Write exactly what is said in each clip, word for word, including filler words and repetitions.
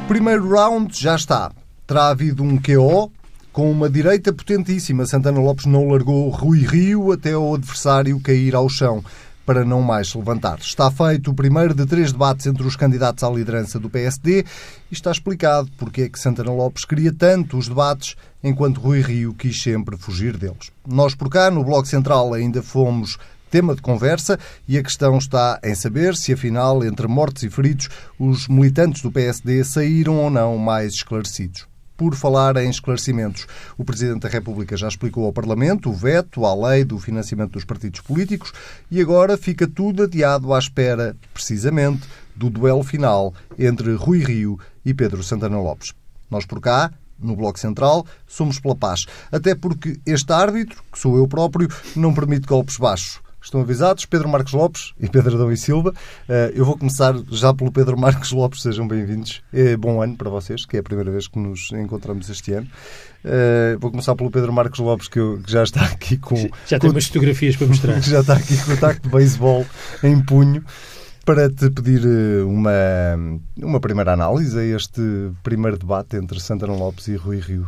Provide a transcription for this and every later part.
Primeiro round já está. Terá havido um Q O com uma direita potentíssima. Santana Lopes não largou Rui Rio até o adversário cair ao chão para não mais se levantar. Está feito o primeiro de três debates entre os candidatos à liderança do P S D e está explicado porque é que Santana Lopes queria tanto os debates enquanto Rui Rio quis sempre fugir deles. Nós por cá, no Bloco Central, ainda fomos tema de conversa e a questão está em saber se, afinal, entre mortos e feridos, os militantes do P S D saíram ou não mais esclarecidos. Por falar em esclarecimentos, o Presidente da República já explicou ao Parlamento o veto à lei do financiamento dos partidos políticos e agora fica tudo adiado à espera, precisamente, do duelo final entre Rui Rio e Pedro Santana Lopes. Nós por cá, no Bloco Central, somos pela paz. Até porque este árbitro, que sou eu próprio, não permite golpes baixos. Estão avisados, Pedro Marcos Lopes e Pedro Adão e Silva. Eu vou começar já pelo Pedro Marcos Lopes. Sejam bem-vindos. É bom ano para vocês, que é a primeira vez que nos encontramos este ano. Vou começar pelo Pedro Marcos Lopes, que, eu, que já está aqui com... Já tem com, umas fotografias para mostrar. Já está aqui com o taco de beisebol em punho, para te pedir uma, uma primeira análise a este primeiro debate entre Santana Lopes e Rui Rio.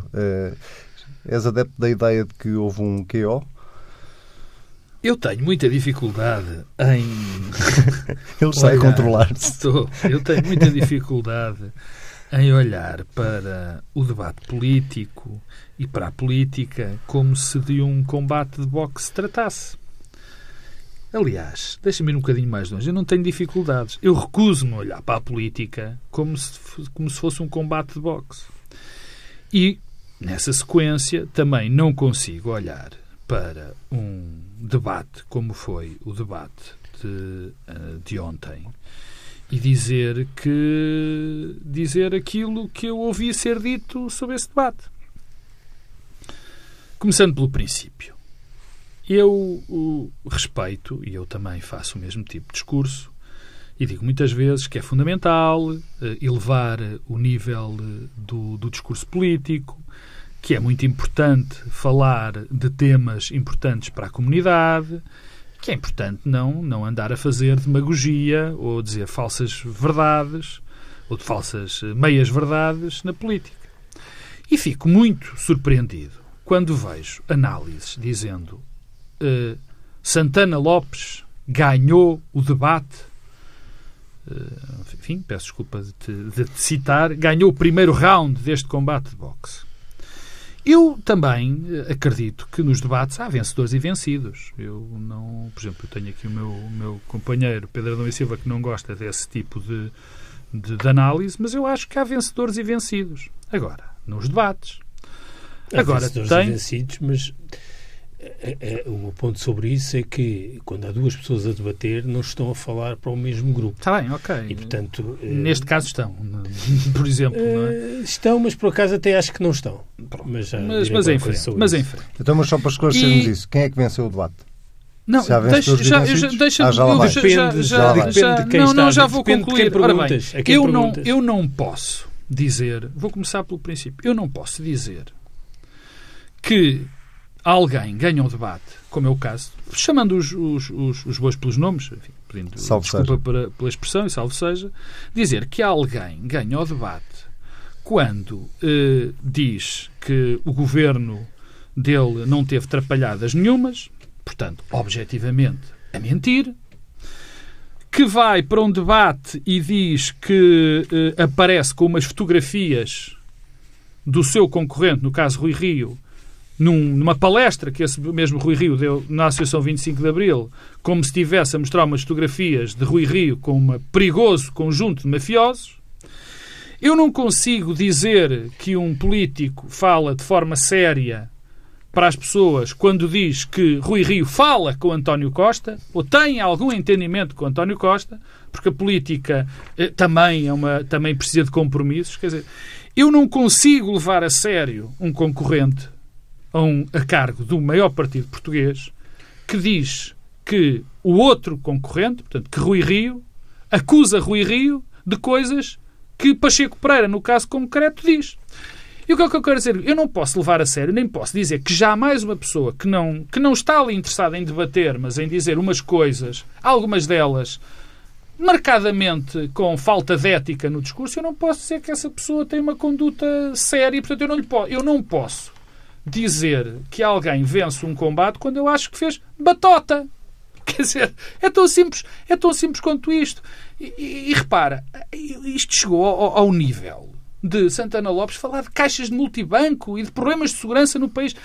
És adepto da ideia de que houve um Q O? Eu tenho muita dificuldade em... Ele sai a controlar-se. Estou. Eu tenho muita dificuldade em olhar para o debate político e para a política como se de um combate de boxe se tratasse. Aliás, deixa-me ir um bocadinho mais longe. Eu não tenho dificuldades. Eu recuso-me a olhar para a política como se, como se fosse um combate de boxe. E, nessa sequência, também não consigo olhar para um debate como foi o debate de, de ontem e dizer que dizer aquilo que eu ouvi ser dito sobre esse debate. Começando pelo princípio. Eu o, respeito, e eu também faço o mesmo tipo de discurso, e digo muitas vezes que é fundamental uh, elevar o nível uh, do, do discurso político, que é muito importante falar de temas importantes para a comunidade, que é importante não, não andar a fazer demagogia ou dizer falsas verdades ou de falsas meias-verdades na política. E fico muito surpreendido quando vejo análises dizendo uh, Santana Lopes ganhou o debate, uh, enfim, peço desculpa de te, de te citar, ganhou o primeiro round deste combate de boxe. Eu também acredito que nos debates há vencedores e vencidos. Eu não, por exemplo, eu tenho aqui o meu, o meu companheiro Pedro Adão e Silva que não gosta desse tipo de, de, de análise, mas eu acho que há vencedores e vencidos. Agora, nos debates. Há Agora, vencedores tem... e vencidos, mas é, é, o meu ponto sobre isso é que quando há duas pessoas a debater não estão a falar para o mesmo grupo. Está bem, ok. E, portanto, neste caso estão, por exemplo. Não é? Estão, mas por acaso até acho que não estão. Mas, mas, mas, em frente, mas em frente. Então, mas só para esclarecermos e... isso, quem é que venceu o debate? Não, deixa, já, já, deixa, ah, já lá eu, vai. Depende, já, já, depende já, de quem não, está. Não, já vou depende concluir. De quem Ora bem, a quem eu, não, eu não posso dizer, vou começar pelo princípio, eu não posso dizer que alguém ganha um debate, como é o caso, chamando os, os, os, os bois pelos nomes, enfim, pedindo salve desculpa seja. Para, pela expressão, e salve seja, dizer que alguém ganha o debate quando eh, diz que o governo dele não teve trapalhadas nenhumas, portanto, objetivamente, a mentir, que vai para um debate e diz que eh, aparece com umas fotografias do seu concorrente, no caso Rui Rio, num, numa palestra que esse mesmo Rui Rio deu na Associação vinte e cinco de Abril, como se estivesse a mostrar umas fotografias de Rui Rio com um perigoso conjunto de mafiosos. Eu não consigo dizer que um político fala de forma séria para as pessoas quando diz que Rui Rio fala com António Costa ou tem algum entendimento com António Costa, porque a política eh, também, é uma, também precisa de compromissos. Quer dizer, eu não consigo levar a sério um concorrente a, um, a cargo do maior partido português que diz que o outro concorrente, portanto, que Rui Rio, acusa Rui Rio de coisas que Pacheco Pereira, no caso concreto, diz. E o que é que eu quero dizer? Eu não posso levar a sério, nem posso dizer que jamais uma pessoa que não, que não está ali interessada em debater, mas em dizer umas coisas, algumas delas marcadamente com falta de ética no discurso, eu não posso dizer que essa pessoa tem uma conduta séria e, portanto, eu não, lhe posso, eu não posso dizer que alguém vence um combate quando eu acho que fez batota. Quer dizer, é tão simples, é tão simples quanto isto. E, e, e repara, isto chegou ao, ao nível de Santana Lopes falar de caixas de multibanco e de problemas de segurança no país.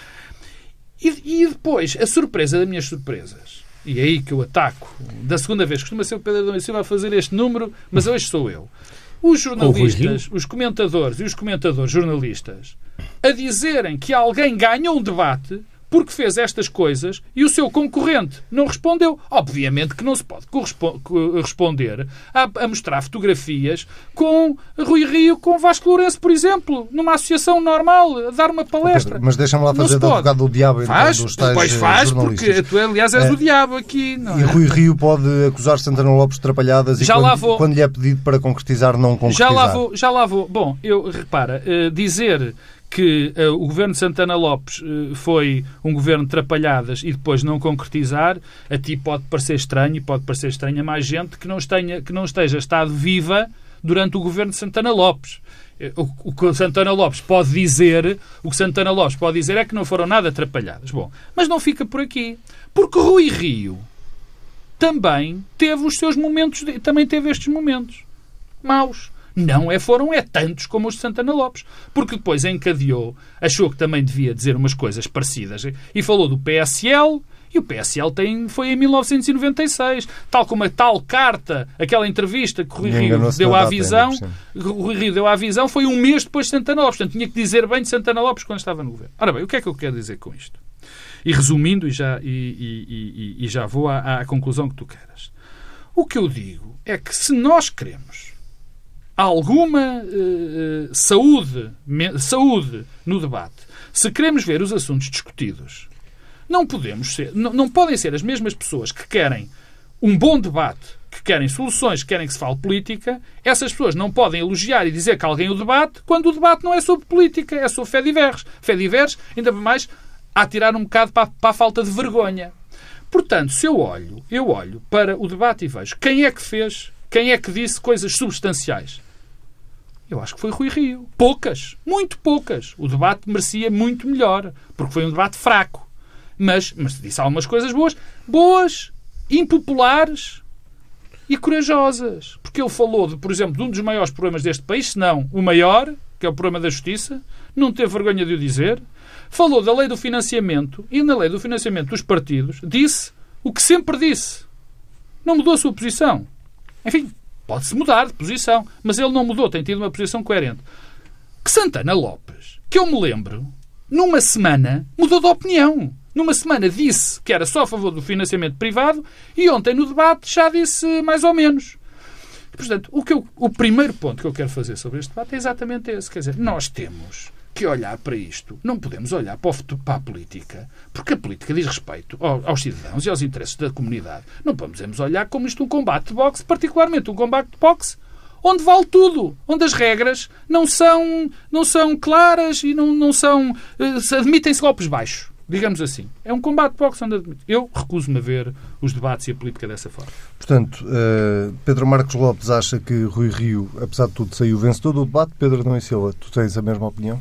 E, e depois, a surpresa das minhas surpresas, e é aí que eu ataco, da segunda vez, costuma ser o Pedro Adão e Silva a fazer este número, mas hoje sou eu. Os jornalistas, os comentadores e os comentadores jornalistas a dizerem que alguém ganhou um debate porque fez estas coisas e o seu concorrente não respondeu. Obviamente que não se pode responder a, a mostrar fotografias com Rui Rio, com Vasco Lourenço, por exemplo, numa associação normal, a dar uma palestra. Pedro, mas deixa-me lá fazer de advogado do diabo então, faz, dos tais pois faz, jornalistas. Porque tu, aliás, és é, o diabo aqui. Não e é? Rui Rio pode acusar Santana Lopes de trapalhadas e já quando, lá vou. quando lhe é pedido para concretizar, não concretizar. Já lá vou. Já lá vou. Bom, eu, repara, uh, dizer que uh, o governo de Santana Lopes uh, foi um governo de trapalhadas e depois não concretizar, a ti pode parecer estranho e pode parecer estranho a mais gente que não, esteja, que não esteja estado viva durante o governo de Santana Lopes. O, o que Santana Lopes pode dizer, o que Santana Lopes pode dizer é que não foram nada atrapalhadas. Bom, mas não fica por aqui. Porque Rui Rio também teve os seus momentos, de, também teve estes momentos maus. Não é, foram é tantos como os de Santana Lopes. Porque depois encadeou, achou que também devia dizer umas coisas parecidas e falou do P S L, e o P S L tem, foi em mil novecentos e noventa e seis. Tal como a tal carta, aquela entrevista que o Rui Rio deu à Visão, o Rui Rio deu à Visão, foi um mês depois de Santana Lopes. Portanto, tinha que dizer bem de Santana Lopes quando estava no governo. Ora bem, o que é que eu quero dizer com isto? E resumindo, e já, e, e, e, e já vou à, à conclusão que tu queres. O que eu digo é que se nós queremos alguma uh, saúde, me, saúde no debate, se queremos ver os assuntos discutidos, não podemos ser, não, não podem ser as mesmas pessoas que querem um bom debate, que querem soluções, que querem que se fale política, essas pessoas não podem elogiar e dizer que alguém o debate quando o debate não é sobre política, é sobre fé diversos. Fé diversos, ainda mais, a tirar um bocado para, para a falta de vergonha. Portanto, se eu olho, eu olho para o debate e vejo quem é que fez, quem é que disse coisas substanciais. Eu acho que foi Rui Rio. Poucas. Muito poucas. O debate merecia muito melhor. Porque foi um debate fraco. Mas, mas disse algumas coisas boas. Boas, impopulares e corajosas. Porque ele falou, de, por exemplo, de um dos maiores problemas deste país, se não o maior, que é o problema da justiça. Não teve vergonha de o dizer. Falou da lei do financiamento. E na lei do financiamento dos partidos disse o que sempre disse. Não mudou a sua posição. Enfim, pode-se mudar de posição, mas ele não mudou, tem tido uma posição coerente. Que Santana Lopes, que eu me lembro, numa semana mudou de opinião. Numa semana disse que era só a favor do financiamento privado e ontem no debate já disse mais ou menos. Portanto, o, que eu, o primeiro ponto que eu quero fazer sobre este debate é exatamente esse. Quer dizer, nós temos que olhar para isto. Não podemos olhar para, o, para a política, porque a política diz respeito ao, aos cidadãos e aos interesses da comunidade. Não podemos olhar como isto um combate de boxe, particularmente um combate de boxe onde vale tudo, onde as regras não são, não são claras e não, não são... Uh, admitem-se golpes baixos, digamos assim. É um combate de boxe onde admite. Eu recuso-me a ver os debates e a política dessa forma. Portanto, uh, Pedro Marcos Lopes acha que Rui Rio, apesar de tudo, saiu vencedor do debate. Pedro Adão e Silva, tu tens a mesma opinião?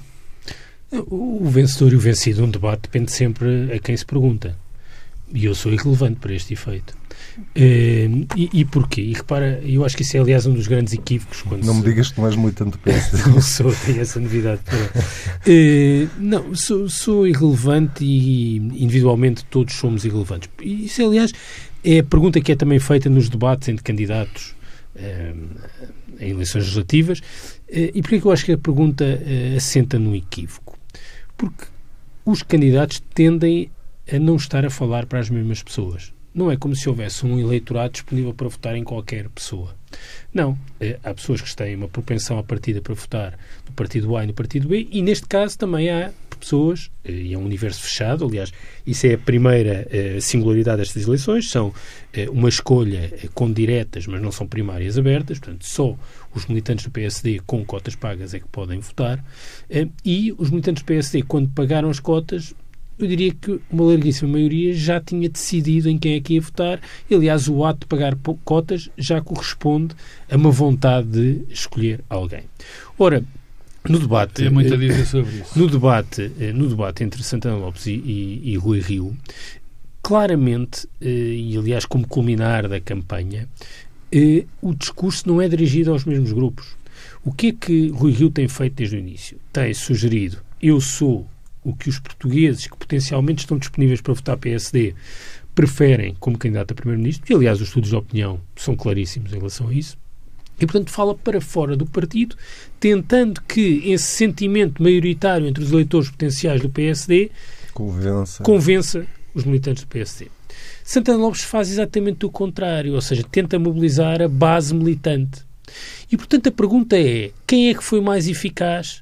O vencedor e o vencido de um debate depende sempre a quem se pergunta. E eu sou irrelevante para este efeito. Uh, e, e porquê? E repara, eu acho que isso é, aliás, um dos grandes equívocos. Quando não se... me digas que não és militante do P S D. Não sou, tenho essa novidade. uh, não, sou, sou irrelevante e individualmente todos somos irrelevantes. E isso, aliás, é a pergunta que é também feita nos debates entre candidatos uh, em eleições legislativas. Uh, e porquê que eu acho que a pergunta uh, assenta no equívoco? Porque os candidatos tendem a não estar a falar para as mesmas pessoas. Não é como se houvesse um eleitorado disponível para votar em qualquer pessoa. Não. Há pessoas que têm uma propensão à partida para votar no partido A e no partido B e, neste caso, também há pessoas, e é um universo fechado, aliás, isso é a primeira uh, singularidade destas eleições, são uh, uma escolha uh, com diretas, mas não são primárias abertas, portanto, só os militantes do P S D com cotas pagas é que podem votar, uh, e os militantes do P S D, quando pagaram as cotas, eu diria que uma larguíssima maioria já tinha decidido em quem é que ia votar. E, aliás, o ato de pagar cotas já corresponde a uma vontade de escolher alguém. Ora, no debate... Tem muito a dizer sobre isso. No debate, no debate entre Santana Lopes e, e, e Rui Rio, claramente, e aliás como culminar da campanha, o discurso não é dirigido aos mesmos grupos. O que é que Rui Rio tem feito desde o início? Tem sugerido, eu sou o que os portugueses que potencialmente estão disponíveis para votar P S D preferem como candidato a primeiro-ministro, e aliás os estudos de opinião são claríssimos em relação a isso, e portanto fala para fora do partido, tentando que esse sentimento maioritário entre os eleitores potenciais do P S D convença, convença os militantes do P S D. Santana Lopes faz exatamente o contrário, ou seja, tenta mobilizar a base militante. E portanto a pergunta é, quem é que foi mais eficaz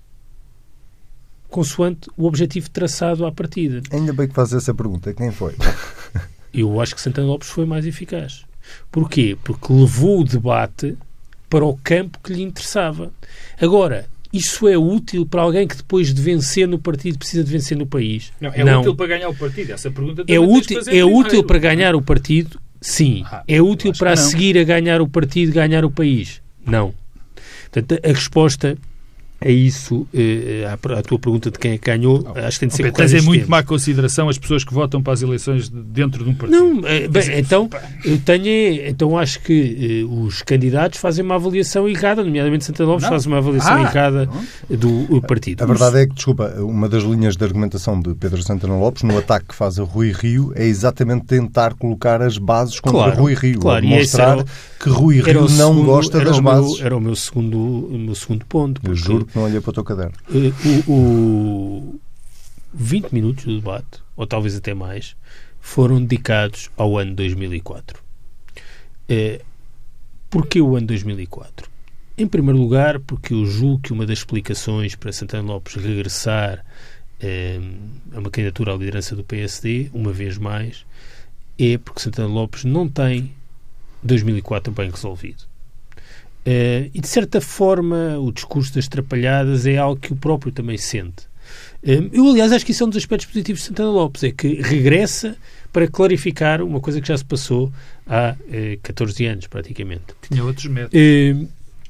consoante o objetivo traçado à partida? Ainda bem que faz essa pergunta. Quem foi? Eu acho que Santana Lopes foi mais eficaz. Porquê? Porque levou o debate para o campo que lhe interessava. Agora, isso é útil para alguém que depois de vencer no partido precisa de vencer no país? Não, é Não. útil para ganhar o partido. Essa pergunta é útil, é útil para ganhar o partido? Sim. Ah, é útil para a seguir a ganhar o partido, ganhar o país? Não. Portanto, a resposta a isso, à, à tua pergunta de quem é que ganhou, oh, acho que tem de ser oh, tens em muito má consideração as pessoas que votam para as eleições dentro de um partido. Não, é, bem, então, eu tenho, então acho que eh, os candidatos fazem uma avaliação errada, nomeadamente Santana Lopes faz uma avaliação ah, errada não. do partido. A verdade é que, desculpa, uma das linhas de argumentação de Pedro Santana Lopes no ataque que faz a Rui Rio é exatamente tentar colocar as bases contra claro, Rui Rio, claro, mostrar o, que Rui Rio não segundo, gosta das o bases. Meu, era o meu segundo, o meu segundo ponto. Eu juro que não olhei para o teu caderno. O, o vinte minutos do debate, ou talvez até mais, foram dedicados ao ano dois mil e quatro. Eh, porquê o ano dois mil e quatro? Em primeiro lugar, porque eu julgo que uma das explicações para Santana Lopes regressar eh, a uma candidatura à liderança do P S D, uma vez mais, é porque Santana Lopes não tem dois mil e quatro bem resolvido. Uh, e de certa forma o discurso das trapalhadas é algo que o próprio também sente. Uh, eu aliás acho que isso é um dos aspectos positivos de Santana Lopes, é que regressa para clarificar uma coisa que já se passou há uh, catorze anos praticamente. Tinha outros métodos. Uh,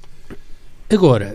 agora,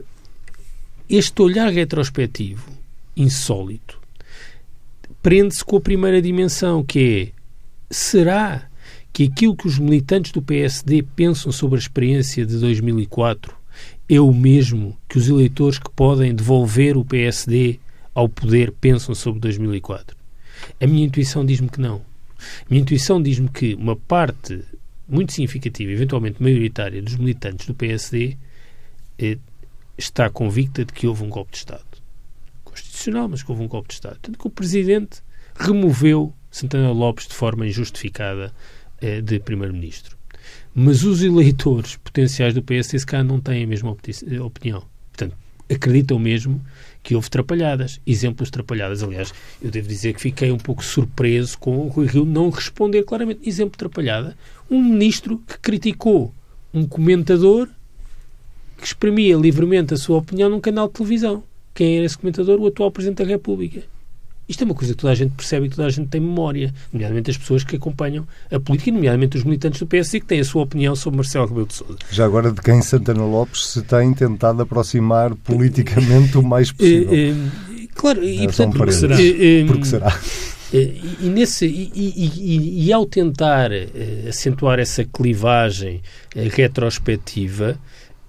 este olhar retrospectivo insólito prende-se com a primeira dimensão, que é, será que aquilo que os militantes do P S D pensam sobre a experiência de dois mil e quatro é o mesmo que os eleitores que podem devolver o P S D ao poder pensam sobre dois mil e quatro? A minha intuição diz-me que não. A minha intuição diz-me que uma parte muito significativa, eventualmente maioritária, dos militantes do P S D eh, está convicta de que houve um golpe de Estado. Constitucional, mas que houve um golpe de Estado. Tanto que o Presidente removeu Santana Lopes de forma injustificada de Primeiro-Ministro. Mas os eleitores potenciais do P S D se cá não têm a mesma opinião. Portanto, acreditam mesmo que houve trapalhadas. Exemplos de trapalhadas. Aliás, eu devo dizer que fiquei um pouco surpreso com o Rui Rio não responder claramente. Exemplo de trapalhada. Um ministro que criticou um comentador que exprimia livremente a sua opinião num canal de televisão. Quem era esse comentador? O atual Presidente da República. Isto é uma coisa que toda a gente percebe e que toda a gente tem memória, nomeadamente as pessoas que acompanham a política, nomeadamente os militantes do P S D, que têm a sua opinião sobre Marcelo Rebelo de Sousa. Já agora, de quem Santana Lopes se tem tentado aproximar politicamente o mais possível. É, é, claro, e, é, portanto, porque será. É, porque será. E, e, nesse, e, e, e, e ao tentar uh, acentuar essa clivagem uh, retrospectiva,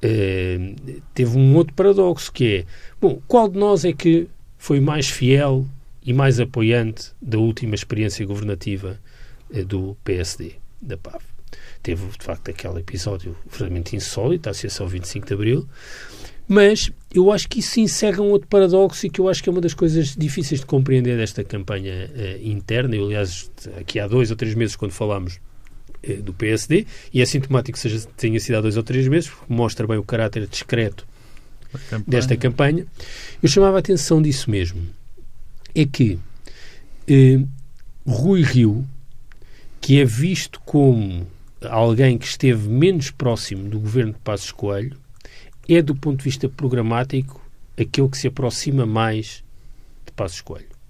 uh, teve um outro paradoxo, que é, bom, qual de nós é que foi mais fiel e mais apoiante da última experiência governativa eh, do P S D, da P A V? Teve, de facto, aquele episódio verdadeiramente insólito, a Associação vinte e cinco de Abril, mas eu acho que isso encerra um outro paradoxo e que eu acho que é uma das coisas difíceis de compreender desta campanha eh, interna. Eu, aliás, aqui há dois ou três meses, quando falámos eh, do P S D, e é sintomático que seja, tenha sido há dois ou três meses, porque mostra bem o caráter discreto campanha. desta campanha, eu chamava a atenção disso mesmo. É que eh, Rui Rio, que é visto como alguém que esteve menos próximo do governo de Passos Coelho, é, do ponto de vista programático, aquele que se aproxima mais de Passos Coelho.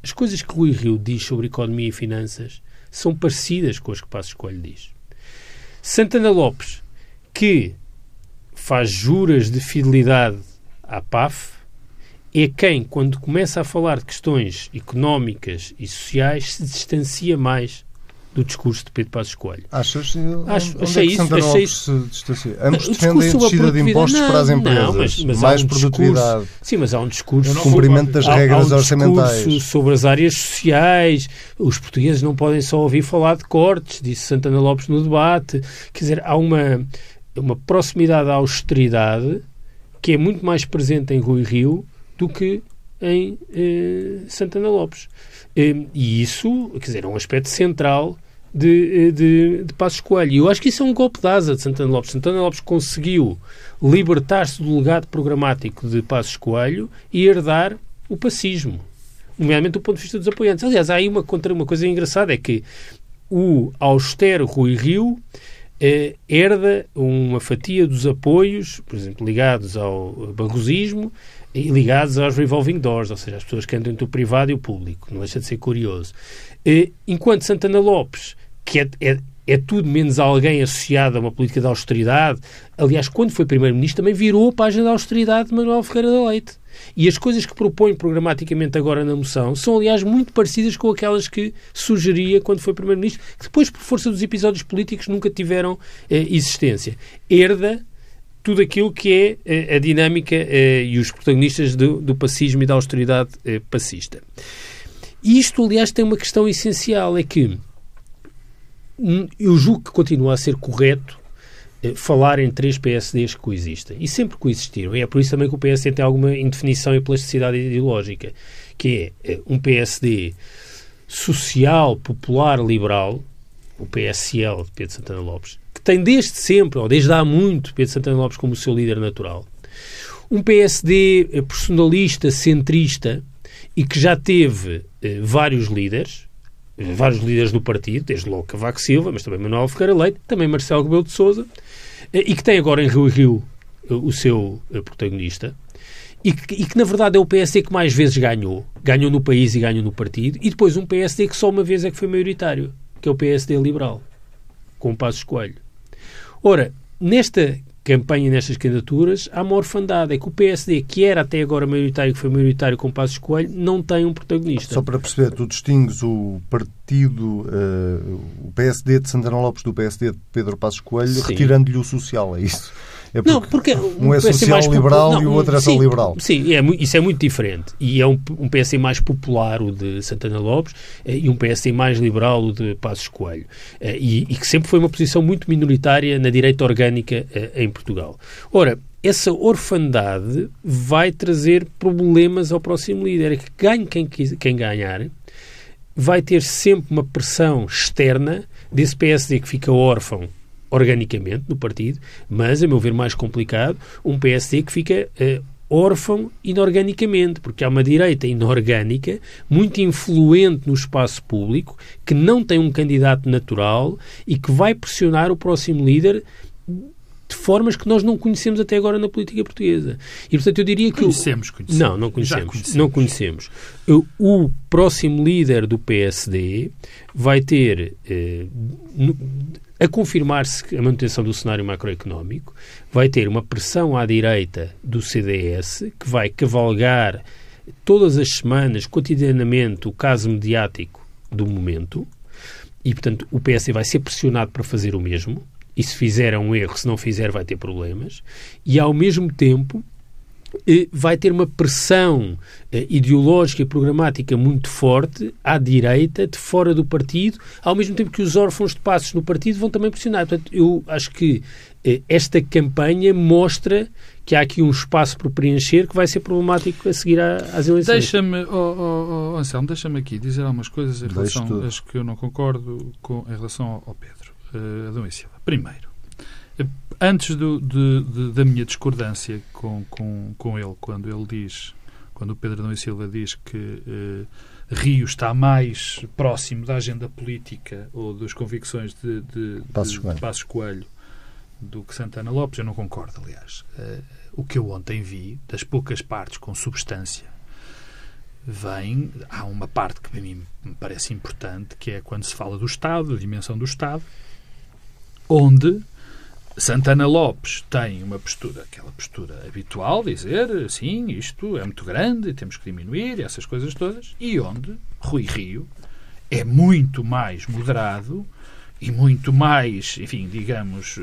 as coisas que Rui Rio diz sobre economia e finanças são parecidas com as que Passos Coelho diz. Santana Lopes, que faz juras de fidelidade à P A F, é quem, quando começa a falar de questões económicas e sociais, se distancia mais do discurso de Pedro Passos Coelho. Achas? Acho, onde achei é que isso. Santana Achei Lopes isso. se distancia? Ambos O defendem a discurso sobre a descida de impostos produtividade- para as não, empresas, não, mas- mas há mais um produtividade, discurso- Sim, mas há um discurso... Eu não cumprimento das Há- regras há um orçamentais. discurso sobre as áreas sociais. Os portugueses não podem só ouvir falar de cortes, disse Santana Lopes no debate. Quer dizer, há uma, uma proximidade à austeridade que é muito mais presente em Rui Rio do que em eh, Santana Lopes. Eh, e isso, quer dizer, é um aspecto central de, de, de Passos Coelho. E eu acho que isso é um golpe de asa de Santana Lopes. Santana Lopes conseguiu libertar-se do legado programático de Passos Coelho e herdar o pacismo, nomeadamente do ponto de vista dos apoiantes. Aliás, há aí uma, contra, uma coisa engraçada, é que o austero Rui Rio eh, herda uma fatia dos apoios, por exemplo, ligados ao barrosismo e ligados aos revolving doors, ou seja, as pessoas que andam entre o privado e o público. Não deixa de ser curioso. Eh, enquanto Santana Lopes, que é, é, é tudo menos alguém associado a uma política de austeridade, aliás, quando foi primeiro-ministro também virou a página da austeridade de Manuel Ferreira da Leite. E as coisas que propõe programaticamente agora na moção são, aliás, muito parecidas com aquelas que sugeria quando foi primeiro-ministro, que depois, por força dos episódios políticos, nunca tiveram eh, existência. Herda tudo aquilo que é eh, a dinâmica eh, e os protagonistas do, do pacismo e da austeridade eh, passista. E isto, aliás, tem uma questão essencial, é que hum, eu julgo que continua a ser correto eh, falar em três P S Ds que coexistem. E sempre coexistiram. E é por isso também que o P S D tem alguma indefinição e plasticidade ideológica, que é eh, um P S D social, popular, liberal, o P S L de Pedro Santana Lopes, que tem desde sempre, ou desde há muito, Pedro Santana Lopes como o seu líder natural. Um P S D eh, personalista, centrista, e que já teve eh, vários líderes, eh, vários líderes do partido, desde logo Cavaco Silva, mas também Manuel Ferreira Leite, também Marcelo Rebelo de Sousa, eh, e que tem agora em Rui Rio eh, o seu eh, protagonista, e que, e que na verdade é o P S D que mais vezes ganhou. Ganhou no país e ganhou no partido, e depois um P S D que só uma vez é que foi maioritário, que é o P S D liberal, com Passos Coelho. Ora, nesta campanha, nestas candidaturas, há uma orfandade. É que o P S D, que era até agora maioritário, que foi maioritário com Passos Coelho, não tem um protagonista. Só para perceber, tu distingues o partido, uh, o P S D de Santana Lopes do P S D de Pedro Passos Coelho, Sim. retirando-lhe o social, é isso? É porque não, porque um é social-liberal não, e o outro é só sim, liberal. Sim, é, isso é muito diferente. E é um, um P S D mais popular, o de Santana Lopes, e um P S D mais liberal, o de Passos Coelho. E, e que sempre foi uma posição muito minoritária na direita orgânica em Portugal. Ora, essa orfandade vai trazer problemas ao próximo líder. É que ganhe quem, quem ganhar, vai ter sempre uma pressão externa desse P S D que fica órfão organicamente no partido, mas, a meu ver, mais complicado, um P S D que fica uh, órfão inorganicamente, porque há uma direita inorgânica, muito influente no espaço público, que não tem um candidato natural e que vai pressionar o próximo líder de formas que nós não conhecemos até agora na política portuguesa. E, portanto, eu diria que... Conhecemos, conhecemos. Não, não conhecemos. conhecemos. Não conhecemos. O, o próximo líder do P S D vai ter... Uh, no, a confirmar-se a manutenção do cenário macroeconómico, vai ter uma pressão à direita do C D S, que vai cavalgar todas as semanas, cotidianamente, o caso mediático do momento, e, portanto, o P S D vai ser pressionado para fazer o mesmo, e se fizer é um erro, se não fizer vai ter problemas, e, ao mesmo tempo, vai ter uma pressão ideológica e programática muito forte à direita, de fora do partido, ao mesmo tempo que os órfãos de Passos no partido vão também pressionar. Portanto, eu acho que esta campanha mostra que há aqui um espaço por preencher que vai ser problemático a seguir às eleições. Deixa-me, oh, oh, oh, Anselmo, deixa-me aqui dizer algumas coisas em relação às que eu não concordo com, em relação ao Pedro uh, Adão e Silva. Primeiro, antes do, de, de, da minha discordância com, com, com ele, quando ele diz, quando o Pedro Adão e Silva diz que eh, Rio está mais próximo da agenda política ou das convicções de, de, Passos de, Coelho. de Passos Coelho do que Santana Lopes, eu não concordo, aliás. Uh, o que eu ontem vi, das poucas partes com substância, vem... Há uma parte que para mim me parece importante, que é quando se fala do Estado, da dimensão do Estado, onde Santana Lopes tem uma postura, aquela postura habitual, dizer, sim, isto é muito grande, temos que diminuir, essas coisas todas, e onde Rui Rio é muito mais moderado e muito mais, enfim, digamos,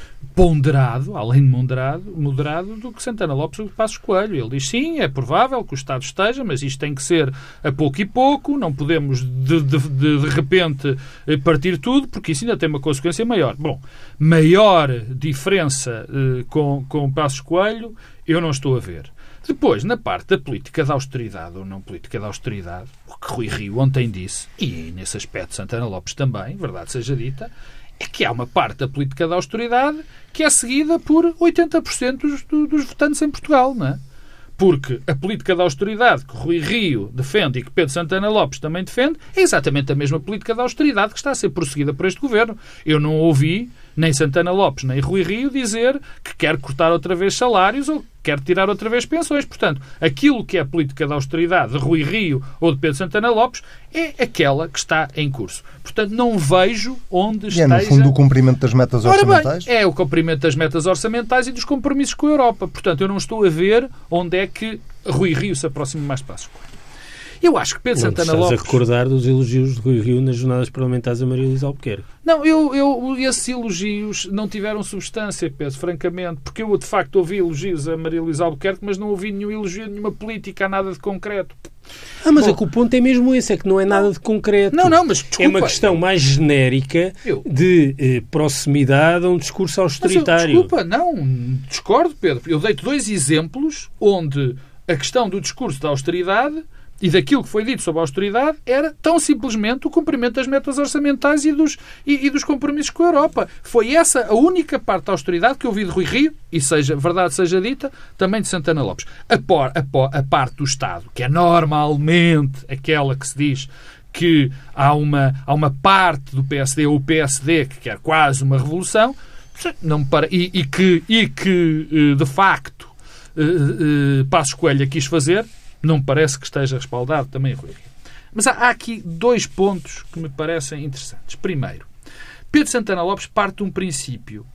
ponderado, além de moderado, moderado do que Santana Lopes ou do Passos Coelho. Ele diz, sim, é provável que o Estado esteja, mas isto tem que ser a pouco e pouco, não podemos de, de, de, de repente partir tudo, porque isso ainda tem uma consequência maior. Bom, maior diferença eh, com, com Passos Coelho eu não estou a ver. Depois, na parte da política de austeridade ou não política de austeridade, o que Rui Rio ontem disse, e nesse aspecto Santana Lopes também, verdade seja dita, é que há uma parte da política de austeridade que é seguida por oitenta por cento dos, dos votantes em Portugal, não é? Porque a política de austeridade que Rui Rio defende e que Pedro Santana Lopes também defende é exatamente a mesma política de austeridade que está a ser prosseguida por este governo. Eu não ouvi nem Santana Lopes nem Rui Rio dizer que quer cortar outra vez salários ou quer tirar outra vez pensões. Portanto, aquilo que é a política de austeridade de Rui Rio ou de Pedro Santana Lopes é aquela que está em curso. Portanto, não vejo onde esteja... E é, no fundo, o cumprimento das metas orçamentais? Ora bem, é o cumprimento das metas orçamentais e dos compromissos com a Europa. Portanto, eu não estou a ver onde é que Rui Rio se aproxima mais de Passos Coelho. Eu acho que Pedro não Santana estás Lopes... a recordar dos elogios de Rui Rio nas jornadas parlamentares a Maria Luísa Albuquerque. Não, eu, eu, esses elogios não tiveram substância, Pedro, francamente, porque eu, de facto, ouvi elogios a Maria Luísa Albuquerque, mas não ouvi nenhum elogio a nenhuma política, a nada de concreto. Ah, mas Bom, é que o ponto é mesmo esse, é que não é nada de concreto. Não, não, mas desculpa. É uma questão mais genérica eu, de eh, proximidade a um discurso austeritário. Mas eu, desculpa, não, discordo, Pedro. Eu dei-te dois exemplos onde a questão do discurso da austeridade e daquilo que foi dito sobre a austeridade era tão simplesmente o cumprimento das metas orçamentais e dos, e, e dos compromissos com a Europa. Foi essa a única parte da austeridade que eu ouvi de Rui Rio, e seja verdade seja dita, também de Santana Lopes. A, por, a, por, a parte do Estado, que é normalmente aquela que se diz que há uma, há uma parte do P S D ou o P S D que quer quase uma revolução, não me para, e, e que, e que de facto Passos Coelho quis fazer, não me parece que esteja respaldado também Rui Rio. Mas há, há aqui dois pontos que me parecem interessantes. Primeiro, Pedro Santana Lopes parte de um princípio.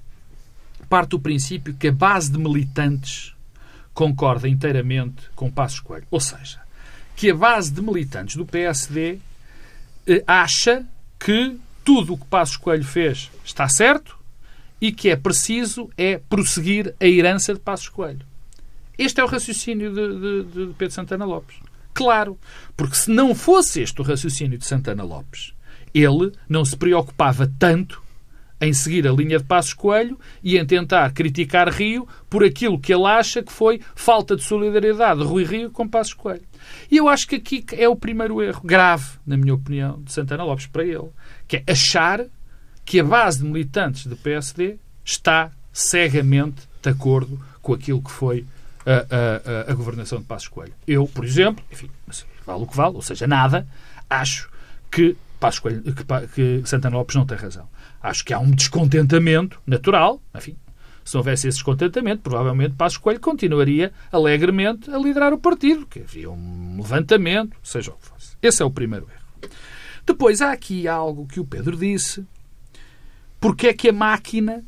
Parte do princípio que a base de militantes concorda inteiramente com Passos Coelho. Ou seja, que a base de militantes do P S D eh, acha que tudo o que Passos Coelho fez está certo e que é preciso é prosseguir a herança de Passos Coelho. Este é o raciocínio de, de, de Pedro Santana Lopes. Claro, porque se não fosse este o raciocínio de Santana Lopes, ele não se preocupava tanto em seguir a linha de Passos Coelho e em tentar criticar Rio por aquilo que ele acha que foi falta de solidariedade de Rui Rio com Passos Coelho. E eu acho que aqui é o primeiro erro, grave, na minha opinião, de Santana Lopes para ele, que é achar que a base de militantes do P S D está cegamente de acordo com aquilo que foi A, a, a governação de Passos Coelho. Eu, por exemplo, enfim, vale o que vale, ou seja, nada, acho que, Passos Coelho, que, que Santana Lopes não tem razão. Acho que há um descontentamento natural, enfim, se não houvesse esse descontentamento, provavelmente Passos Coelho continuaria alegremente a liderar o partido, que havia um levantamento, seja o que fosse. Esse é o primeiro erro. Depois, há aqui algo que o Pedro disse, porque é que a máquina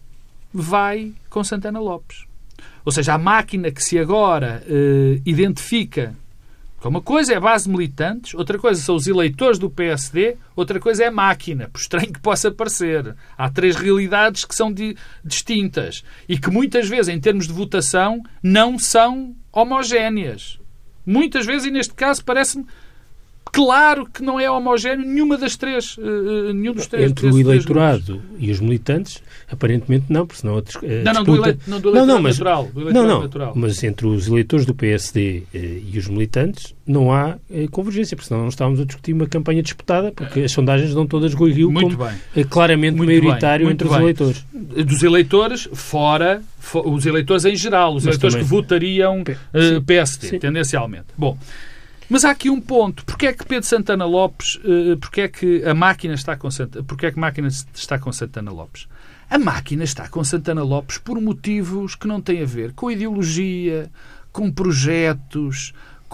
vai com Santana Lopes. Ou seja, a máquina que se agora eh, identifica que uma coisa é a base de militantes, outra coisa são os eleitores do P S D, outra coisa é a máquina, por estranho que possa parecer. Há três realidades que são di- distintas e que muitas vezes, em termos de votação, não são homogéneas. Muitas vezes, e neste caso, parece-me claro que não é homogéneo nenhuma das três, uh, nenhum dos três. Entre o eleitorado e os militantes, aparentemente não, porque senão a, dis- a não, não, disputa... do ele... não, do eleitorado não, não, mas... natural. Do não, não, natural. mas entre os eleitores do P S D eh, e os militantes não há eh, convergência, porque senão não estávamos a discutir uma campanha disputada, porque as sondagens dão todas Rui Rio muito como bem. Eh, claramente muito maioritário bem, entre bem. os eleitores. Dos eleitores, fora, for, os eleitores em geral, os mas eleitores também... que votariam P... uh, P S D, Sim. tendencialmente. Bom, mas há aqui um ponto. Porquê é que Pedro Santana Lopes, uh, porquê é que a máquina está com Santana, porquê é que a máquina está com Santana Lopes? A máquina está com Santana Lopes por motivos que não têm a ver com ideologia, com projetos,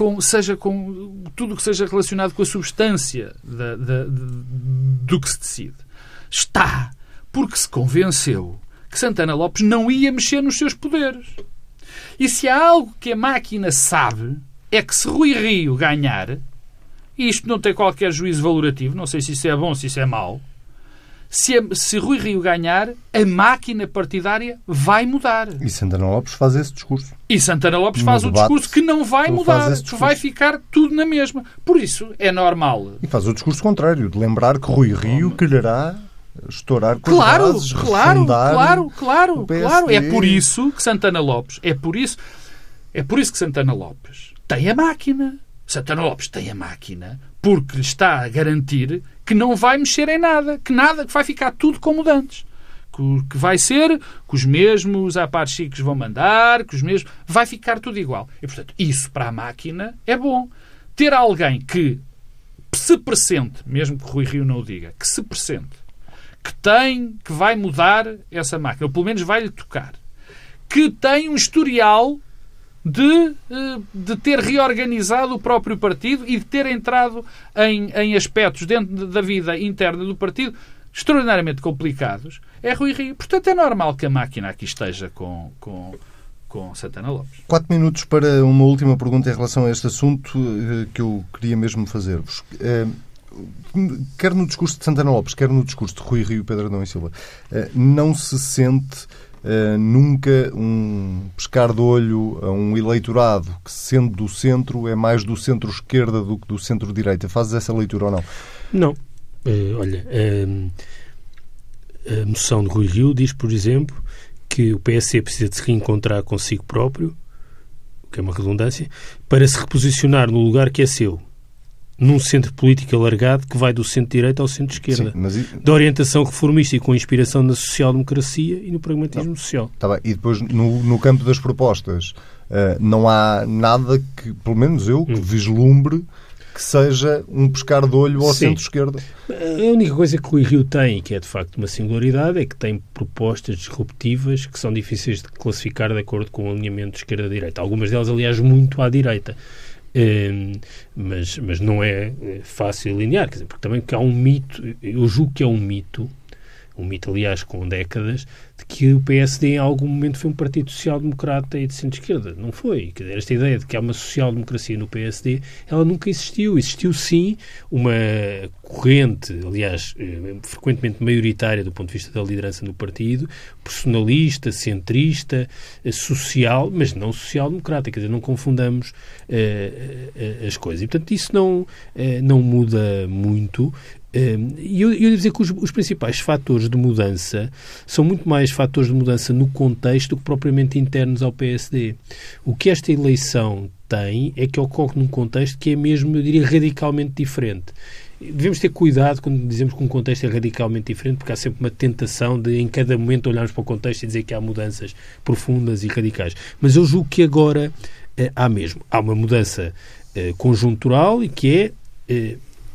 com, seja com tudo o que seja relacionado com a substância da, da, de, do que se decide. Está porque se convenceu que Santana Lopes não ia mexer nos seus poderes. E se há algo que a máquina sabe, é que se Rui Rio ganhar, e isto não tem qualquer juízo valorativo, não sei se isso é bom, se isso é mau, se, a, se Rui Rio ganhar, a máquina partidária vai mudar. E Santana Lopes faz esse discurso. E Santana Lopes No faz debate, o discurso que não vai ele mudar, faz esse que discurso. vai ficar tudo na mesma. Por isso, é normal. E faz o discurso contrário, de lembrar que Rui Rio quererá estourar com Claro, as bases, claro, refundar claro, claro, o P S D. claro. É por isso que Santana Lopes, é por isso, é por isso que Santana Lopes tem a máquina. Santana Lopes tem a máquina porque lhe está a garantir que não vai mexer em nada, que nada, que vai ficar tudo como antes. Que, que vai ser, que os mesmos aparchiques vão mandar, que os mesmos... Vai ficar tudo igual. E, portanto, isso para a máquina é bom. Ter alguém que se pressente, mesmo que Rui Rio não o diga, que se pressente, que tem, que vai mudar essa máquina, ou pelo menos vai-lhe tocar, que tem um historial de, de ter reorganizado o próprio partido e de ter entrado em, em aspectos dentro da vida interna do partido extraordinariamente complicados, é Rui Rio. Portanto, é normal que a máquina aqui esteja com, com, com Santana Lopes. Quatro minutos para uma última pergunta em relação a este assunto que eu queria mesmo fazer-vos. Quer no discurso de Santana Lopes, quer no discurso de Rui Rio e Pedro Adão e Silva, não se sente Uh, nunca um pescar de olho a um eleitorado que, sendo do centro, é mais do centro-esquerda do que do centro-direita. Fazes essa leitura ou não? Não. Uh, olha, uh, a moção de Rui Rio diz, por exemplo, que o P S D precisa de se reencontrar consigo próprio, o que é uma redundância, para se reposicionar no lugar que é seu, num centro político alargado que vai do centro-direita ao centro-esquerda. Mas... da orientação reformista e com inspiração na social-democracia e no pragmatismo não. social. Tá bem. E depois, no, no campo das propostas, uh, não há nada que, pelo menos eu, que hum. vislumbre que seja um pescar de olho ao centro-esquerda. A única coisa que o Rui Rio tem, e que é de facto uma singularidade, é que tem propostas disruptivas que são difíceis de classificar de acordo com o alinhamento esquerda-direita. Algumas delas, aliás, muito à direita. Um, mas, mas não é fácil alinear, quer dizer, porque também que há um mito, eu julgo que é um mito, um mito aliás com décadas, de que o P S D em algum momento foi um partido social-democrata e de centro-esquerda. Não foi. Quer dizer, esta ideia de que há uma social-democracia no P S D, ela nunca existiu. Existiu sim uma corrente, aliás, frequentemente maioritária do ponto de vista da liderança no partido, personalista, centrista, social, mas não social-democrata. Quer dizer, não confundamos uh, uh, as coisas. E, portanto, isso não, uh, não muda muito. E eu, eu devo dizer que os, os principais fatores de mudança são muito mais fatores de mudança no contexto do que propriamente internos ao P S D. O que esta eleição tem é que ocorre num contexto que é mesmo, eu diria, radicalmente diferente. Devemos ter cuidado quando dizemos que um contexto é radicalmente diferente, porque há sempre uma tentação de, em cada momento, olharmos para o contexto e dizer que há mudanças profundas e radicais. Mas eu julgo que agora eh, há mesmo. Há uma mudança eh, conjuntural e que é... Eh,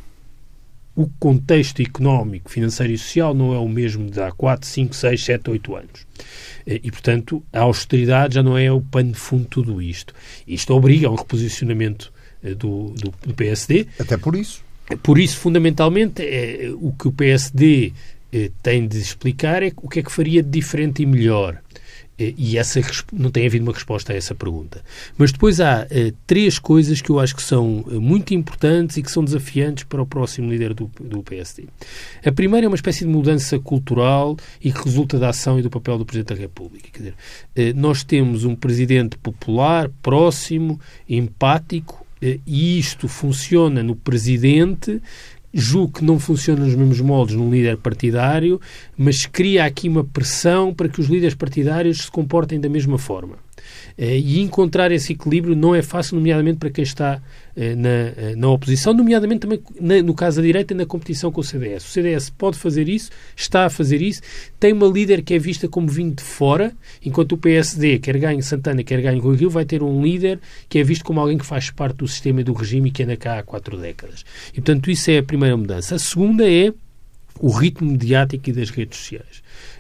o contexto económico, financeiro e social não é o mesmo de há quatro, cinco, seis, sete, oito anos. E, portanto, a austeridade já não é o pano de fundo de tudo isto. Isto obriga a um reposicionamento do, do, do P S D. Até por isso. Por isso, fundamentalmente, é, o que o P S D é, tem de explicar é o que é que faria de diferente e melhor. E essa, não tem havido uma resposta a essa pergunta. Mas depois há uh, três coisas que eu acho que são uh, muito importantes e que são desafiantes para o próximo líder do, do P S D. A primeira é uma espécie de mudança cultural e que resulta da ação e do papel do Presidente da República. Quer dizer, uh, nós temos um Presidente popular, próximo, empático, uh, e isto funciona no Presidente. Julgo que não funciona nos mesmos moldes num líder partidário, mas cria aqui uma pressão para que os líderes partidários se comportem da mesma forma. E encontrar esse equilíbrio não é fácil, nomeadamente para quem está na, na oposição, nomeadamente também na, no caso da direita, na competição com o C D S. O C D S pode fazer isso, está a fazer isso, tem uma líder que é vista como vindo de fora, enquanto o P S D, quer ganhe Santana, quer ganhe Rui Rio, vai ter um líder que é visto como alguém que faz parte do sistema e do regime e que anda cá há quatro décadas. E, portanto, isso é a primeira mudança. A segunda é o ritmo mediático e das redes sociais.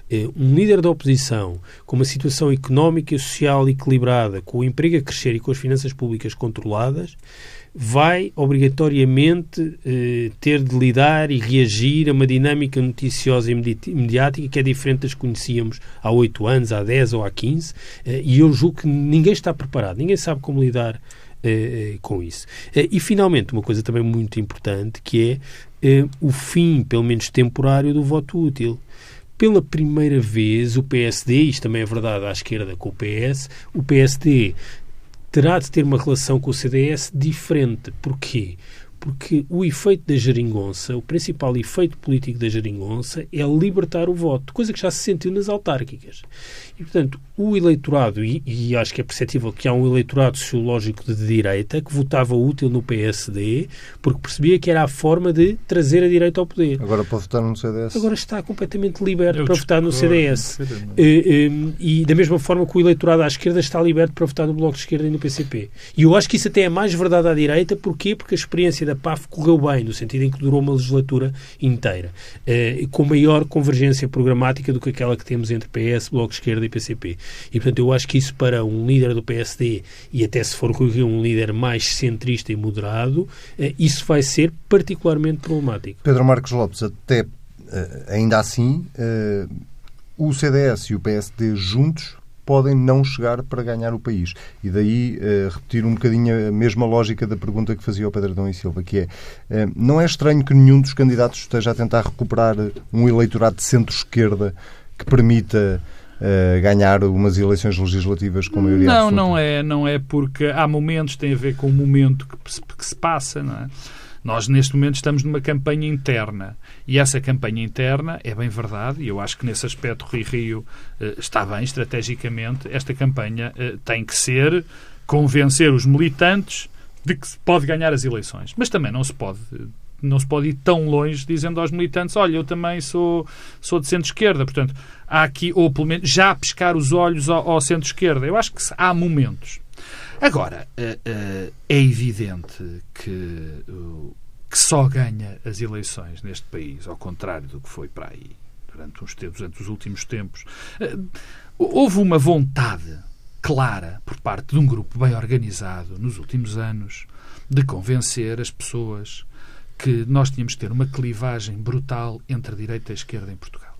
Um líder da oposição com uma situação económica e social equilibrada, com o emprego a crescer e com as finanças públicas controladas, vai obrigatoriamente eh, ter de lidar e reagir a uma dinâmica noticiosa e mediática que é diferente das que conhecíamos há oito anos, há dez ou há quinze, eh, e eu julgo que ninguém está preparado, ninguém sabe como lidar eh, com isso. Eh, e, finalmente, uma coisa também muito importante, que é eh, o fim, pelo menos temporário, do voto útil. Pela primeira vez, o P S D, isto também é verdade à esquerda com o P S, o P S D terá de ter uma relação com o C D S diferente. Porquê? Porque o efeito da geringonça, o principal efeito político da geringonça é libertar o voto, coisa que já se sentiu nas autárquicas. E, portanto, o eleitorado, e, e acho que é perceptível que há um eleitorado sociológico de direita que votava útil no P S D porque percebia que era a forma de trazer a direita ao poder. Agora pode votar no C D S? Agora está completamente liberto Eu para votar no C D S. discordo. E, e, e da mesma forma que o eleitorado à esquerda está liberto para votar no Bloco de Esquerda e no P C P. E eu acho que isso até é mais verdade à direita. Porquê? Porque a experiência da P A F correu bem, no sentido em que durou uma legislatura inteira, eh, com maior convergência programática do que aquela que temos entre P S, Bloco de Esquerda e P C P. E, portanto, eu acho que isso para um líder do P S D, e até se for um líder mais centrista e moderado, eh, isso vai ser particularmente problemático. Pedro Marcos Lopes, até ainda assim, o C D S e o P S D juntos podem não chegar para ganhar o país. E daí uh, repetir um bocadinho a mesma lógica da pergunta que fazia o Pedro Adão e Silva, que é, uh, não é estranho que nenhum dos candidatos esteja a tentar recuperar um eleitorado de centro-esquerda que permita uh, ganhar umas eleições legislativas com maioria não, absoluta? Não, é, não é porque há momentos, tem a ver com o momento que se, que se passa, não é? Nós, neste momento, estamos numa campanha interna. E essa campanha interna, é bem verdade, e eu acho que nesse aspecto Rui Rio eh, está bem, estrategicamente, esta campanha eh, tem que ser convencer os militantes de que se pode ganhar as eleições. Mas também não se pode, não se pode ir tão longe dizendo aos militantes, olha, eu também sou, sou de centro-esquerda. Portanto, há aqui, ou pelo menos, já pescar os olhos ao, ao centro-esquerda. Eu acho que há momentos. Agora, é evidente que, que só ganha as eleições neste país, ao contrário do que foi para aí durante, uns tempos, durante os últimos tempos. Houve uma vontade clara por parte de um grupo bem organizado nos últimos anos de convencer as pessoas que nós tínhamos que ter uma clivagem brutal entre a direita e a esquerda em Portugal.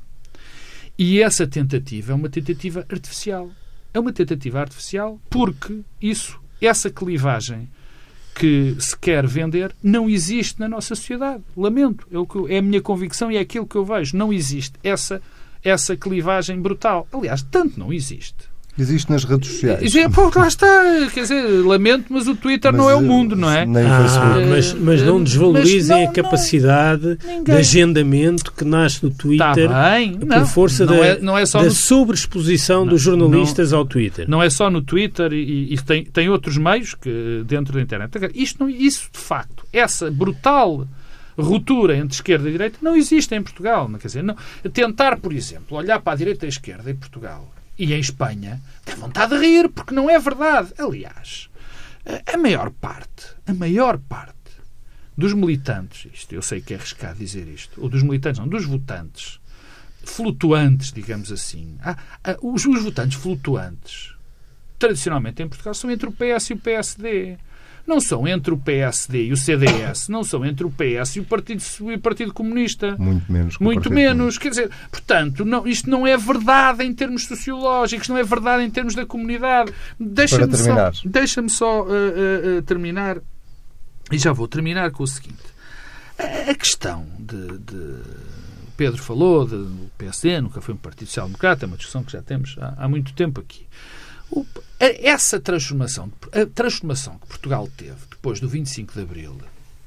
E essa tentativa é uma tentativa artificial. É uma tentativa artificial porque isso, essa clivagem que se quer vender não existe na nossa sociedade. Lamento. É, o que eu, é a minha convicção e é aquilo que eu vejo. Não existe essa, essa clivagem brutal. Aliás, tanto não existe. Existe nas redes sociais. É, pô, lá está. Quer dizer, lamento, mas o Twitter mas, não é o mundo, não é? Nem ah, mas, mas não desvalorizem mas não, a capacidade não, de agendamento que nasce no Twitter tá bem, por não, força não da, é, não é só da no... sobreexposição não, dos jornalistas não, ao Twitter. Não é só no Twitter e, e tem, tem outros meios que, dentro da internet. Isto, não, isso, de facto, essa brutal ruptura entre esquerda e direita não existe em Portugal. Não, quer dizer, não, tentar, por exemplo, olhar para a direita e a esquerda em Portugal e em Espanha, dá vontade de rir, porque não é verdade. Aliás, a maior parte, a maior parte dos militantes, isto eu sei que é arriscado dizer isto, ou dos militantes, não, dos votantes flutuantes, digamos assim. Ah, ah, os, os votantes flutuantes, tradicionalmente em Portugal, são entre o P S e o P S D. Não são entre o P S D e o C D S, não são entre o P S e o Partido, e o Partido Comunista. Muito menos. Muito menos. Quer dizer, portanto, não, isto não é verdade em termos sociológicos, não é verdade em termos da comunidade. Deixa-me Para terminar. só, deixa-me só uh, uh, uh, terminar, e já vou terminar com o seguinte. A, a questão de, de... Pedro falou do P S D, nunca foi um Partido Social Democrata, é uma discussão que já temos há, há muito tempo aqui. O, essa transformação, a transformação que Portugal teve depois do vinte e cinco de Abril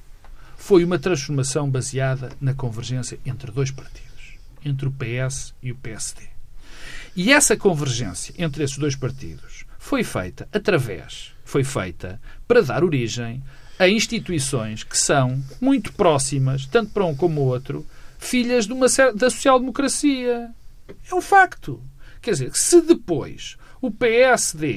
foi uma transformação baseada na convergência entre dois partidos, entre o P S e o P S D. E essa convergência entre esses dois partidos foi feita através, foi feita para dar origem a instituições que são muito próximas, tanto para um como o outro, filhas de uma, da social-democracia. É um facto. Quer dizer, se depois o P S D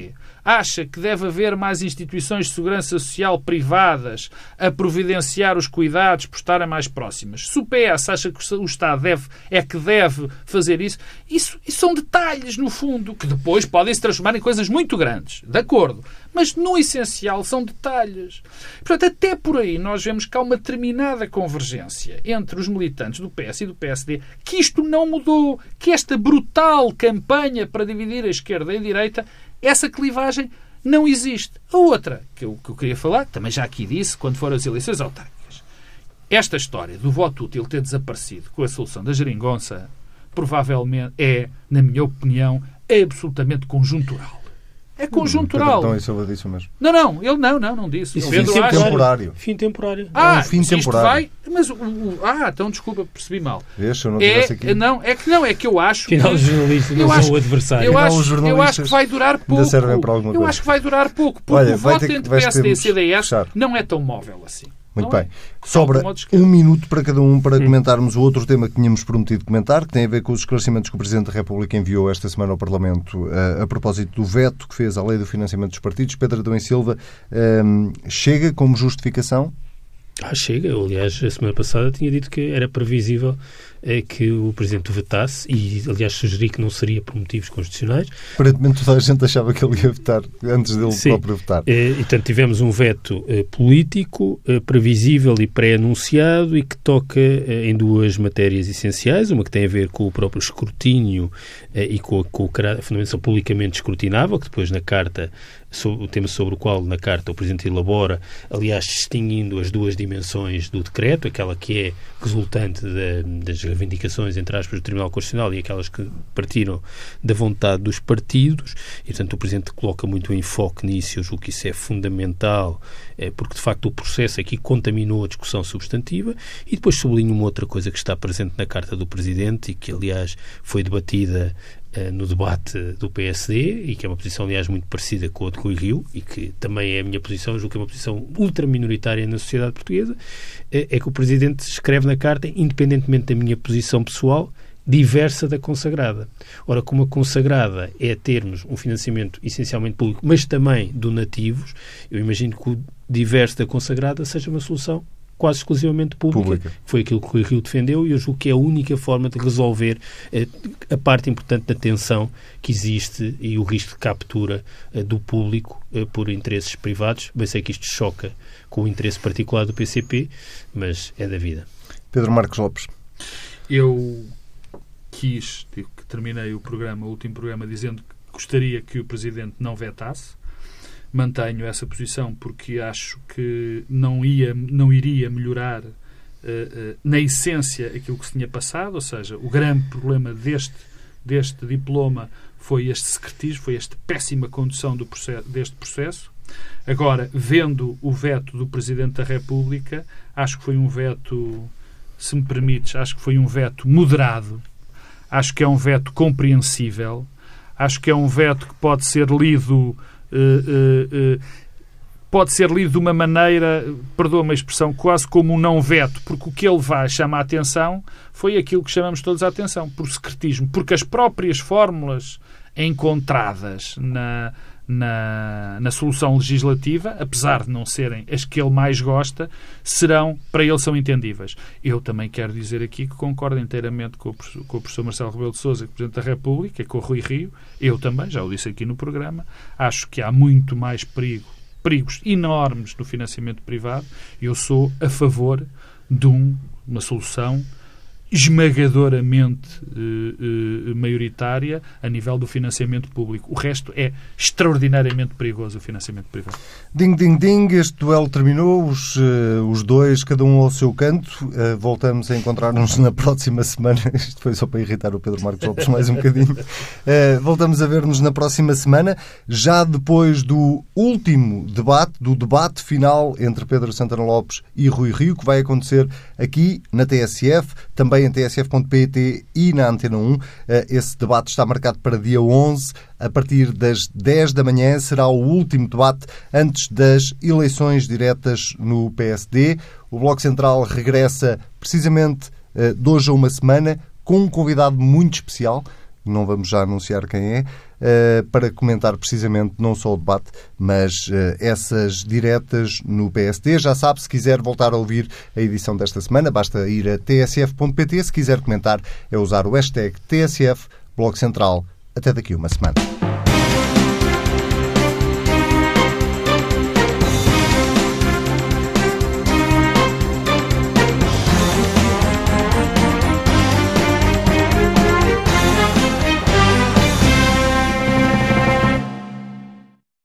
acha que deve haver mais instituições de segurança social privadas a providenciar os cuidados por estarem mais próximas. Se o P S acha que o Estado deve, é que deve fazer isso, isso, isso são detalhes, no fundo, que depois podem se transformar em coisas muito grandes. De acordo. Mas, no essencial, são detalhes. Portanto, até por aí nós vemos que há uma determinada convergência entre os militantes do P S e do P S D, que isto não mudou, que esta brutal campanha para dividir a esquerda e a direita, essa clivagem não existe. A outra, que eu, que eu queria falar, também já aqui disse, quando foram as eleições autárquicas, esta história do voto útil ter desaparecido com a solução da geringonça, provavelmente é, na minha opinião, absolutamente conjuntural. É conjuntural. Então isso eu disse mesmo. Não, não, ele não, não, não disse. Isso, fim temporário. Fim temporário. Ah, é um fim temporário. Vai, mas o, o, ah, então desculpa, percebi mal. Deixa, eu não é, aqui. Não, é que não, é que eu acho. Afinal, os jornalistas não são o adversário. Eu acho, eu acho que vai durar pouco. Servem para alguma eu coisa. acho que vai durar pouco, porque Olha, o voto ter, entre P S D e C D S fechar. não é tão móvel assim. Muito não bem. É? Sobra um minuto para cada um para hum. comentarmos o outro tema que tínhamos prometido comentar, que tem a ver com os esclarecimentos que o Presidente da República enviou esta semana ao Parlamento a, a propósito do veto que fez à Lei do Financiamento dos Partidos. Pedro Adão e Silva, um, chega como justificação? Ah, chega. Eu, aliás, a semana passada tinha dito que era previsível é, que o Presidente o vetasse e, aliás, sugeri que não seria por motivos constitucionais. Aparentemente toda a gente achava que ele ia votar antes dele Sim. próprio votar. É, e, portanto, tivemos um veto é, político, é, previsível e pré-anunciado e que toca é, em duas matérias essenciais. Uma que tem a ver com o próprio escrutínio é, e com, com a fundamentação publicamente escrutinável, que depois na Carta, sobre, o tema sobre o qual na Carta o Presidente elabora, aliás, distinguindo as duas dimensões do decreto, aquela que é resultante da, das reivindicações, entre aspas, do Tribunal Constitucional e aquelas que partiram da vontade dos partidos, e, portanto, o Presidente coloca muito enfoque nisso. Eu julgo que isso é fundamental, é, porque, de facto, o processo aqui contaminou a discussão substantiva. E depois sublinho uma outra coisa que está presente na Carta do Presidente e que, aliás, foi debatida no debate do P S D e que é uma posição, aliás, muito parecida com a de Rui Rio e que também é a minha posição, julgo que é uma posição ultraminoritária na sociedade portuguesa, é que o Presidente escreve na Carta, independentemente da minha posição pessoal, diversa da consagrada. Ora, como a consagrada é termos um financiamento essencialmente público, mas também donativos, eu imagino que o diverso da consagrada seja uma solução quase exclusivamente pública. pública. Foi aquilo que o Rui Rio defendeu e eu julgo que é a única forma de resolver eh, a parte importante da tensão que existe e o risco de captura eh, do público eh, por interesses privados. Bem, sei que isto choca com o interesse particular do P C P, mas é da vida. Pedro Marcos Lopes. Eu quis, digo que terminei o programa, o último programa, dizendo que gostaria que o Presidente não vetasse. Mantenho essa posição porque acho que não, ia, não iria melhorar uh, uh, na essência aquilo que se tinha passado, ou seja, o grande problema deste, deste diploma foi este secretismo, foi esta péssima condução do processo, deste processo. Agora, vendo o veto do Presidente da República, acho que foi um veto, se me permites, acho que foi um veto moderado, acho que é um veto compreensível, acho que é um veto que pode ser lido Uh, uh, uh, pode ser lido de uma maneira, perdoa-me a expressão, quase como um não veto, porque o que ele vai chamar a atenção foi aquilo que chamamos todos a atenção, por secretismo, porque as próprias fórmulas encontradas na, na, na solução legislativa, apesar de não serem as que ele mais gosta, serão, para ele, são entendíveis. Eu também quero dizer aqui que concordo inteiramente com o, com o professor Marcelo Rebelo de Sousa, Presidente da República, e com o Rui Rio. Eu também, já o disse aqui no programa, acho que há muito mais perigo, perigos enormes no financiamento privado. Eu sou a favor de um, uma solução esmagadoramente uh, uh, maioritária a nível do financiamento público. O resto é extraordinariamente perigoso, o financiamento privado. Ding, ding, ding. Este duelo terminou. Os, uh, os dois, cada um ao seu canto. Uh, voltamos a encontrar-nos na próxima semana. Isto foi só para irritar o Pedro Marcos Lopes mais um bocadinho. Uh, voltamos a ver-nos na próxima semana, já depois do último debate, do debate final entre Pedro Santana Lopes e Rui Rio, que vai acontecer aqui na T S F, também em T S F ponto pt e na Antena um. Esse debate está marcado para dia onze. A partir das dez da manhã será o último debate antes das eleições diretas no P S D. O Bloco Central regressa precisamente de hoje a uma semana com um convidado muito especial. Não vamos já anunciar quem é. uh, para comentar precisamente não só o debate, mas uh, essas diretas no P S D. Já sabe, se quiser voltar a ouvir a edição desta semana, basta ir a t s f ponto p t. Se quiser comentar, é usar o hashtag T S F Bloco Central. Até daqui uma semana.